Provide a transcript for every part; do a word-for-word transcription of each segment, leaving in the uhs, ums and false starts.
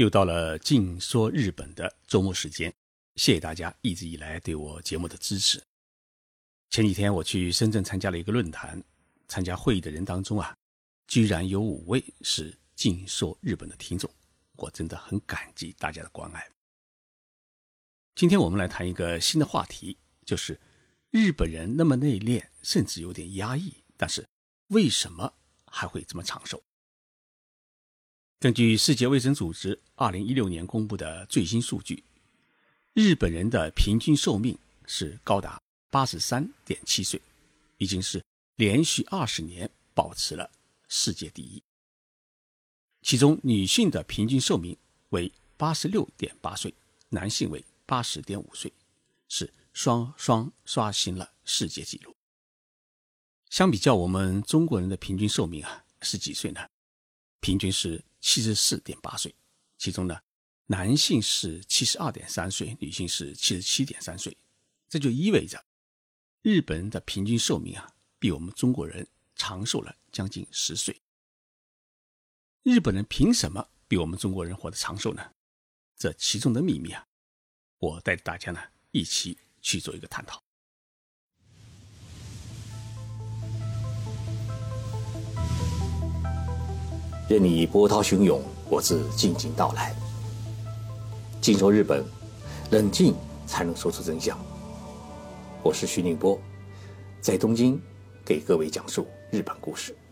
又到了静说日本的周末时间，谢谢大家一直以来对我节目的支持。前几天我去深圳参加了一个论坛，参加会议的人当中啊，居然有五位是静说日本的听众，我真的很感激大家的关爱。今天我们来谈一个新的话题，就是日本人那么内敛，甚至有点压抑，但是为什么还会这么长寿？根据世界卫生组织二零一六年公布的最新数据，日本人的平均寿命是高达 八十三点七岁，已经是连续二十年保持了世界第一。其中女性的平均寿命为 八十六点八岁，男性为 八十点五岁，是双双刷新了世界纪录。相比较我们中国人的平均寿命啊，是几岁呢？平均是 七十四点八岁，其中呢，男性是 七十二点三岁，女性是 七十七点三岁。这就意味着日本人的平均寿命啊，比我们中国人长寿了将近十岁。日本人凭什么比我们中国人活得长寿呢？这其中的秘密啊，我带着大家呢一起去做一个探讨。 任你波涛汹涌，我自静静到来。静说日本，冷静才能说出真相。我是徐宁波，在东京给各位讲述日本故事。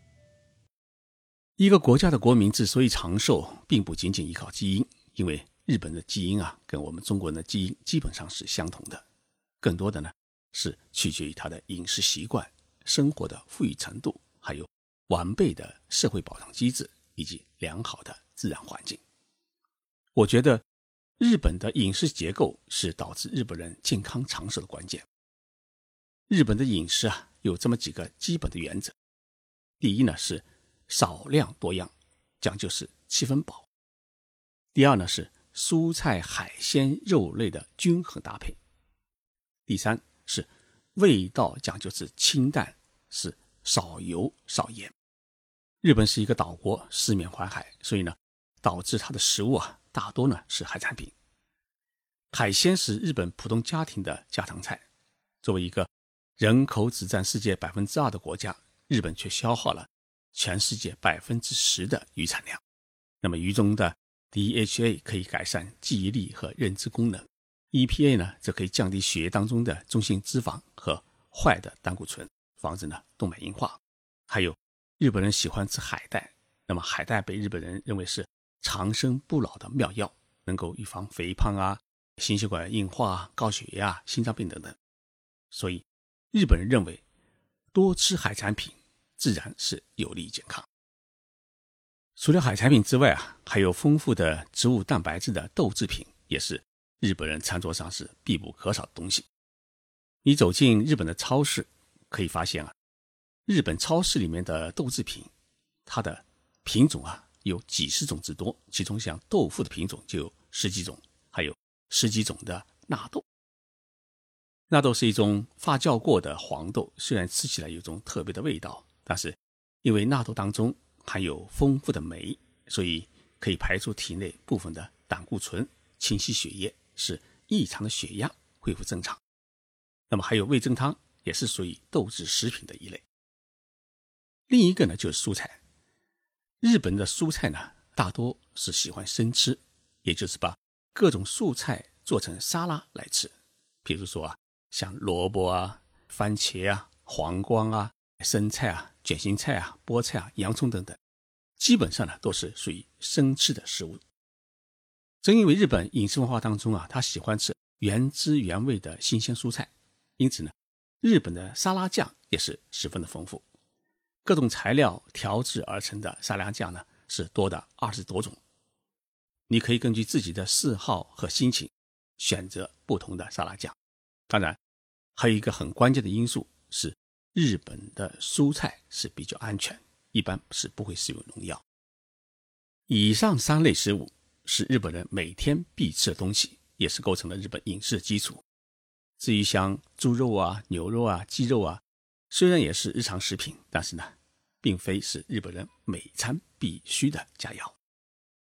一个国家的国民之所以长寿，并不仅仅依靠基因，因为日本的基因啊，跟我们中国人的基因基本上是相同的，更多的呢是取决于他的饮食习惯、生活的富裕程度，还有完备的社会保障机制以及良好的自然环境。我觉得日本的饮食结构是导致日本人健康长寿的关键。日本的饮食啊，有这么几个基本的原则。第一呢是少量多样，讲究是七分饱。第二呢是蔬菜、海鲜、肉类的均衡搭配。第三是味道讲究是清淡，是少油少盐。日本是一个岛国，四面环海，所以呢，导致它的食物啊，大多呢是海产品。海鲜是日本普通家庭的家常菜。作为一个人口只占世界百分之二的国家，日本却消耗了全世界百分之十的鱼产量。那么鱼中的 D H A 可以改善记忆力和认知功能 ，E P A 呢则可以降低血液当中的中性脂肪和坏的胆固醇，防止呢动脉硬化。还有日本人喜欢吃海带，那么海带被日本人认为是长生不老的妙药，能够预防肥胖啊、心血管硬化、高血压、心脏病等等。所以日本人认为多吃海产品自然是有利于健康。除了海产品之外啊，还有丰富的植物蛋白质的豆制品，也是日本人餐桌上是必不可少的东西。你走进日本的超市，可以发现啊，日本超市里面的豆制品，它的品种啊有几十种之多，其中像豆腐的品种就有十几种，还有十几种的纳豆。纳豆是一种发酵过的黄豆，虽然吃起来有种特别的味道，但是因为纳豆当中含有丰富的酶，所以可以排出体内部分的胆固醇，清晰血液，使异常的血压恢复正常。那么还有味噌汤，也是属于豆制食品的一类。另一个呢就是蔬菜。日本的蔬菜呢大多是喜欢生吃，也就是把各种蔬菜做成沙拉来吃。比如说啊，像萝卜啊、番茄啊、黄瓜啊、生菜啊、卷心菜啊、菠菜啊、洋葱等等，基本上呢都是属于生吃的食物。正因为日本饮食文化当中啊，他喜欢吃原汁原味的新鲜蔬菜，因此呢，日本的沙拉酱也是十分的丰富。各种材料调制而成的沙拉酱呢，是多达二十多种。你可以根据自己的嗜好和心情选择不同的沙拉酱。当然，还有一个很关键的因素是，日本的蔬菜是比较安全，一般是不会使用农药。以上三类食物是日本人每天必吃的东西，也是构成了日本饮食的基础。至于像猪肉啊、牛肉啊、鸡肉啊，虽然也是日常食品，但是呢，并非是日本人每餐必须的佳肴。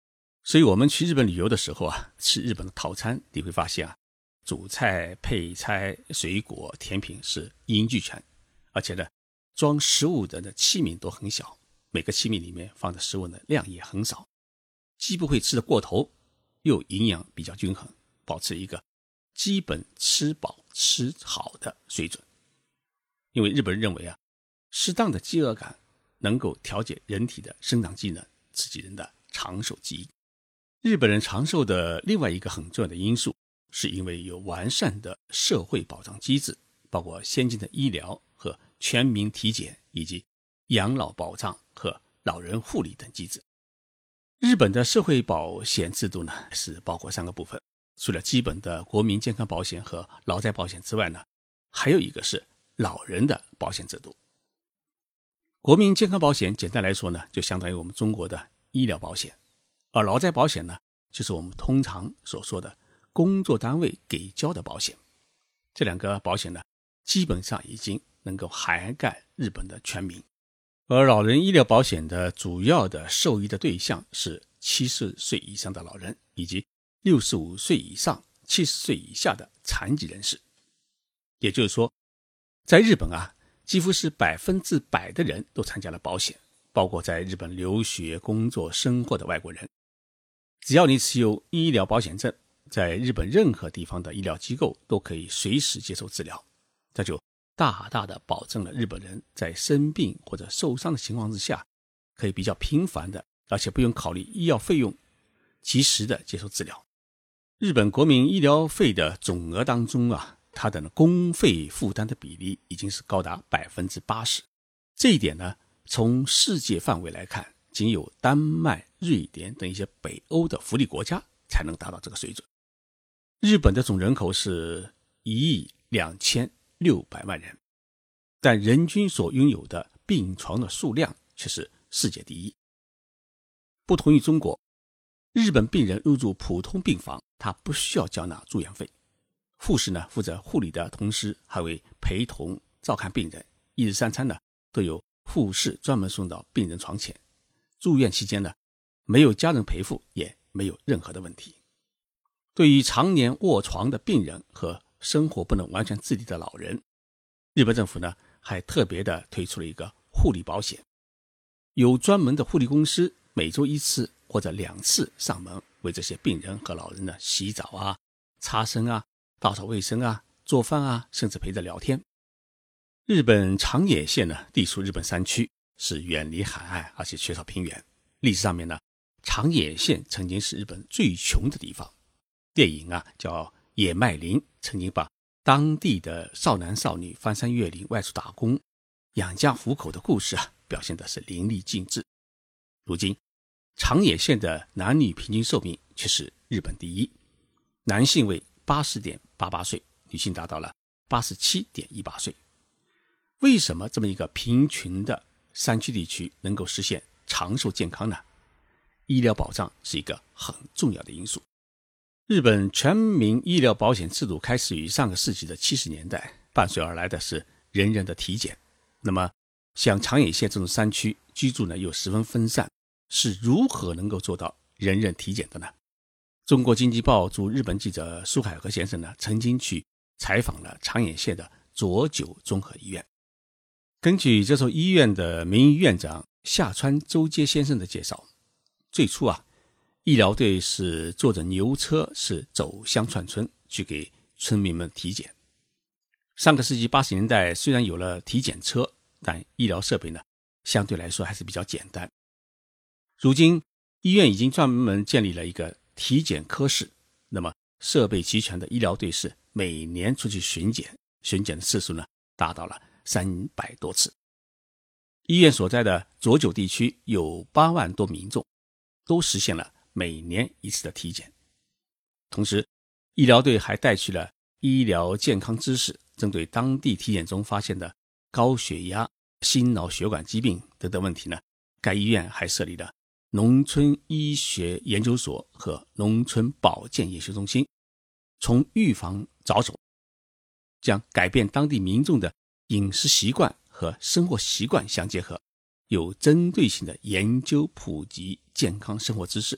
所以我们去日本旅游的时候啊，吃日本的套餐，你会发现啊，主菜、配菜、水果、甜品是一应俱全，而且呢，装食物的器皿都很小，每个器皿里面放的食物的量也很少，既不会吃得过头，又营养比较均衡，保持一个基本吃饱吃好的水准。因为日本人认为啊，适当的饥饿感能够调节人体的生长机能，刺激人的长寿基因。日本人长寿的另外一个很重要的因素，是因为有完善的社会保障机制，包括先进的医疗和全民体检，以及养老保障和老人护理等机制。日本的社会保险制度呢，是包括三个部分，除了基本的国民健康保险和劳灾保险之外呢，还有一个是老人的保险制度。国民健康保险简单来说呢，就相当于我们中国的医疗保险，而劳灾保险呢，就是我们通常所说的工作单位给交的保险。这两个保险呢，基本上已经能够涵盖日本的全民。而老人医疗保险的主要的受益的对象是七十岁以上的老人，以及六十五岁以上、七十岁以下的残疾人士。也就是说，在日本啊，几乎是百分之百的人都参加了保险，包括在日本留学、工作、生活的外国人。只要你持有医疗保险证，在日本任何地方的医疗机构都可以随时接受治疗，这就大大的保证了日本人在生病或者受伤的情况之下，可以比较频繁的，而且不用考虑医药费用，及时的接受治疗。日本国民医疗费的总额当中啊，它的公费负担的比例已经是高达 百分之八十。 这一点呢，从世界范围来看，仅有丹麦、瑞典等一些北欧的福利国家才能达到这个水准。日本的总人口是一亿两千六百万人，但人均所拥有的病床的数量却是世界第一。不同于中国，日本病人入住普通病房，他不需要交纳住院费。护士呢，负责护理的同时还会陪同照看病人，一日三餐呢都有护士专门送到病人床前。住院期间呢，没有家人陪护，也没有任何的问题。对于常年卧床的病人和生活不能完全自理的老人，日本政府呢还特别的推出了一个护理保险，有专门的护理公司每周一次或者两次上门，为这些病人和老人呢洗澡啊、擦身啊、打扫卫生啊、做饭啊，甚至陪着聊天。日本长野县呢地处日本山区，是远离海岸，而且缺少平原。历史上面呢，长野县曾经是日本最穷的地方。电影啊叫《野麦林》，曾经把当地的少男少女翻山越岭外出打工养家糊口的故事啊表现的是淋漓尽致。如今长野县的男女平均寿命却是日本第一，男性为 八十点八八岁，女性达到了 八十七点一八岁。为什么这么一个贫穷的山区地区能够实现长寿健康呢？医疗保障是一个很重要的因素。日本全民医疗保险制度开始于上个世纪的七十年代，伴随而来的是人人的体检。那么像长野县这种山区，居住呢又十分分散，是如何能够做到人人体检的呢？中国经济报驻日本记者苏海和先生呢，曾经去采访了长野县的佐久综合医院。根据这所医院的名誉院长下川周介先生的介绍，最初啊，医疗队是坐着牛车，是走乡串村去给村民们体检。上个世纪八十年代，虽然有了体检车，但医疗设备呢，相对来说还是比较简单。如今医院已经专门建立了一个体检科室，那么设备齐全的医疗队是每年出去巡检，巡检的次数呢达到了三百多次。医院所在的佐久地区有八万多民众，都实现了每年一次的体检。同时医疗队还带去了医疗健康知识，针对当地体检中发现的高血压、心脑血管疾病等等问题呢，该医院还设立了农村医学研究所和农村保健研修中心，从预防着手，将改变当地民众的饮食习惯和生活习惯相结合，有针对性的研究普及健康生活知识，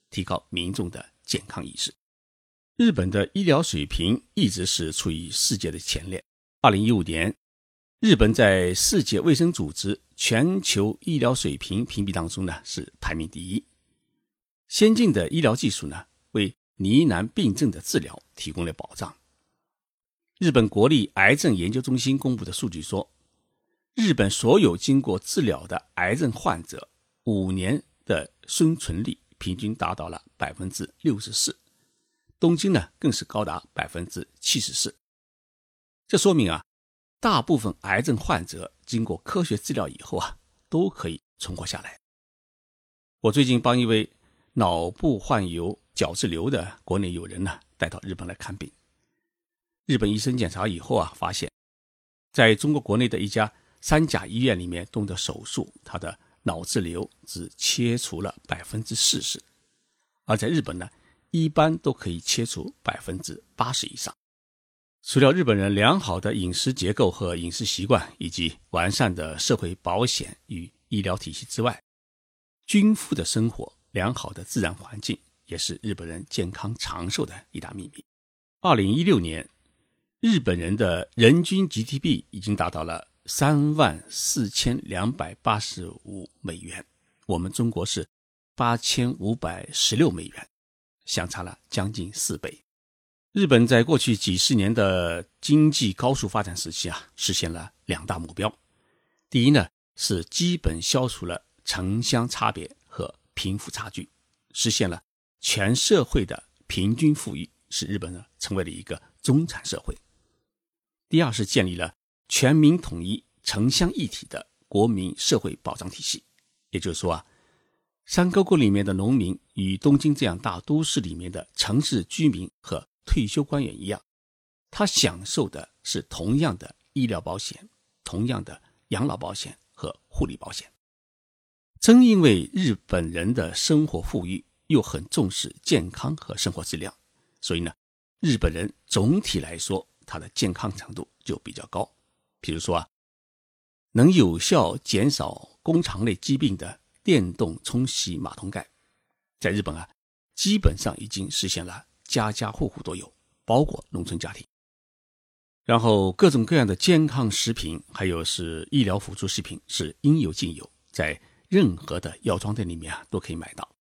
提高民众的健康意识。日本的医疗水平一直是处于世界的前列。二零一五年，日本在世界卫生组织全球医疗水平评比当中呢是排名第一。先进的医疗技术呢为疑难病症的治疗提供了保障。日本国立癌症研究中心公布的数据说，日本所有经过治疗的癌症患者五年的生存率平均达到了 百分之六十四， 东京呢更是高达 百分之七十四。 这说明啊，大部分癌症患者经过科学治疗以后啊，都可以存活下来。我最近帮一位脑部患有角质瘤的国内友人呢带到日本来看病。日本医生检查以后啊，发现在中国国内的一家三甲医院里面动的手术，他的脑质瘤只切除了 百分之四十， 而在日本呢一般都可以切除 百分之八十 以上。除了日本人良好的饮食结构和饮食习惯，以及完善的社会保险与医疗体系之外，均富的生活、良好的自然环境也是日本人健康长寿的一大秘密。二零一六年，日本人的人均 G D P 已经达到了三万四千两百八十五美元，我们中国是八千五百十六美元，相差了将近四倍。日本在过去几十年的经济高速发展时期啊，实现了两大目标。第一呢，是基本消除了城乡差别和贫富差距，实现了全社会的平均富裕，使日本呢成为了一个中产社会。第二是建立了全民统一、城乡一体的国民社会保障体系。也就是说啊，山沟沟里面的农民与东京这样大都市里面的城市居民和退休官员一样，他享受的是同样的医疗保险、同样的养老保险和护理保险。正因为日本人的生活富裕，又很重视健康和生活质量，所以呢，日本人总体来说他的健康程度就比较高。比如说啊，能有效减少宫肠类疾病的电动冲洗马桶盖，在日本啊，基本上已经实现了家家户户都有，包括农村家庭。然后各种各样的健康食品，还有是医疗辅助食品是应有尽有，在任何的药妆店里面啊都可以买到。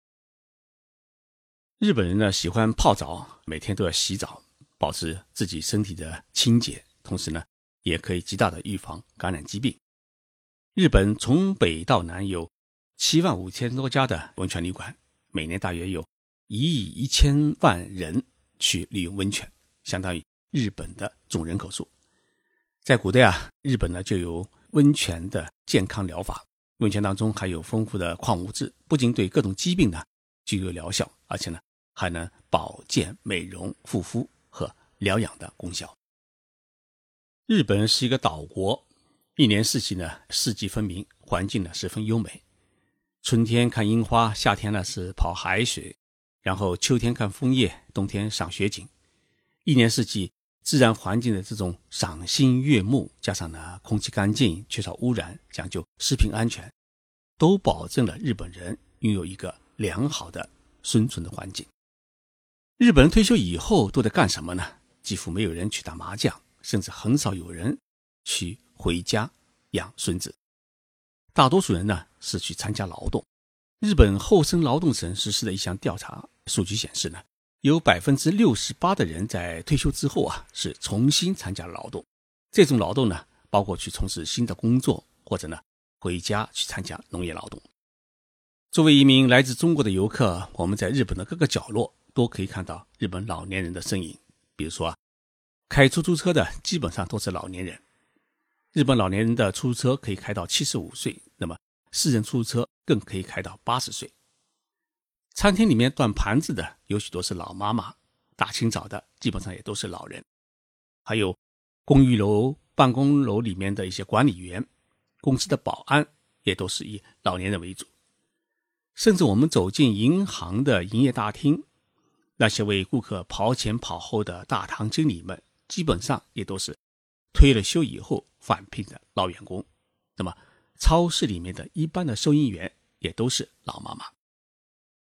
日本人呢喜欢泡澡，每天都要洗澡，保持自己身体的清洁，同时呢也可以极大的预防感染疾病。日本从北到南有七万五千多家的温泉旅馆，每年大约有一亿一千万人去利用温泉，相当于日本的总人口数。在古代啊，日本呢就有温泉的健康疗法，温泉当中还有丰富的矿物质，不仅对各种疾病呢具有疗效，而且呢还能保健、美容、护肤和疗养的功效。日本是一个岛国，一年四季呢四季分明，环境呢十分优美。春天看樱花，夏天呢是跑海水，然后秋天看枫叶，冬天赏雪景。一年四季自然环境的这种赏心悦目，加上呢空气干净、缺少污染、讲究食品安全，都保证了日本人拥有一个良好的生存的环境。日本人退休以后都在干什么呢？几乎没有人去打麻将，甚至很少有人去回家养孙子。大多数人呢是去参加劳动。日本厚生劳动省实施的一项调查数据显示呢，有 百分之六十八 的人在退休之后啊是重新参加劳动。这种劳动呢包括去从事新的工作，或者呢回家去参加农业劳动。作为一名来自中国的游客，我们在日本的各个角落都可以看到日本老年人的身影。比如说啊，开出租车的基本上都是老年人。日本老年人的出租车可以开到七十五岁，那么私人出租车更可以开到八十岁。餐厅里面端盘子的有许多是老妈妈，大清早的基本上也都是老人。还有公寓楼、办公楼里面的一些管理员，公司的保安也都是以老年人为主。甚至我们走进银行的营业大厅，那些为顾客跑前跑后的大堂经理们，基本上也都是退了休以后返聘的老员工。那么超市里面的一般的收银员也都是老妈妈。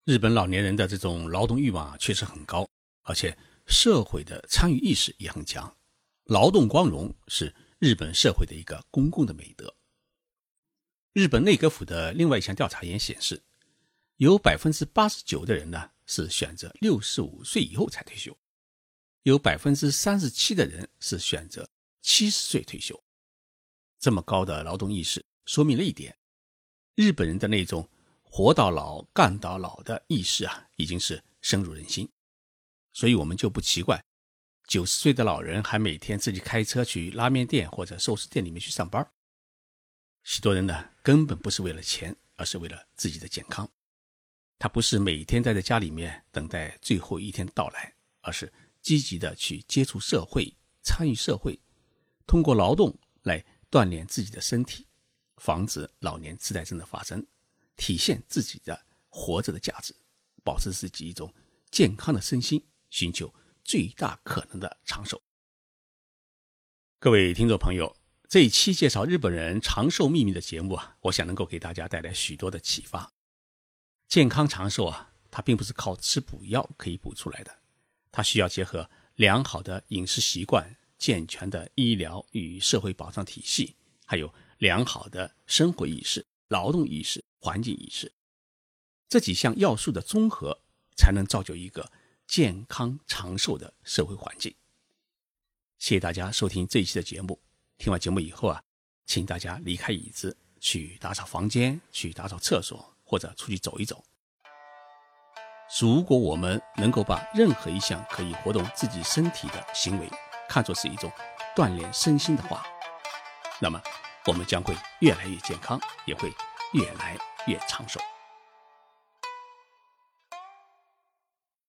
日本老年人的这种劳动欲望啊确实很高，而且社会的参与意识也很强。劳动光荣是日本社会的一个公共的美德。日本内阁府的另外一项调查也显示，有 百分之八十九 的人呢是选择六十五岁以后才退休，有 百分之三十七 的人是选择七十岁退休。这么高的劳动意识说明了一点，日本人的那种活到老干到老的意识啊，已经是深入人心。所以我们就不奇怪九十岁的老人还每天自己开车去拉面店或者寿司店里面去上班。许多人呢根本不是为了钱，而是为了自己的健康。他不是每天待在家里面等待最后一天到来，而是积极的去接触社会，参与社会，通过劳动来锻炼自己的身体，防止老年痴呆症的发生，体现自己的活着的价值，保持自己一种健康的身心，寻求最大可能的长寿。各位听众朋友，这一期介绍日本人长寿秘密的节目啊，我想能够给大家带来许多的启发。健康长寿啊，它并不是靠吃补药可以补出来的，它需要结合良好的饮食习惯、健全的医疗与社会保障体系，还有良好的生活意识、劳动意识、环境意识，这几项要素的综合，才能造就一个健康长寿的社会环境。谢谢大家收听这一期的节目。听完节目以后啊，请大家离开椅子，去打扫房间，去打扫厕所，或者出去走一走。如果我们能够把任何一项可以活动自己身体的行为看作是一种锻炼身心的话，那么我们将会越来越健康，也会越来越长寿。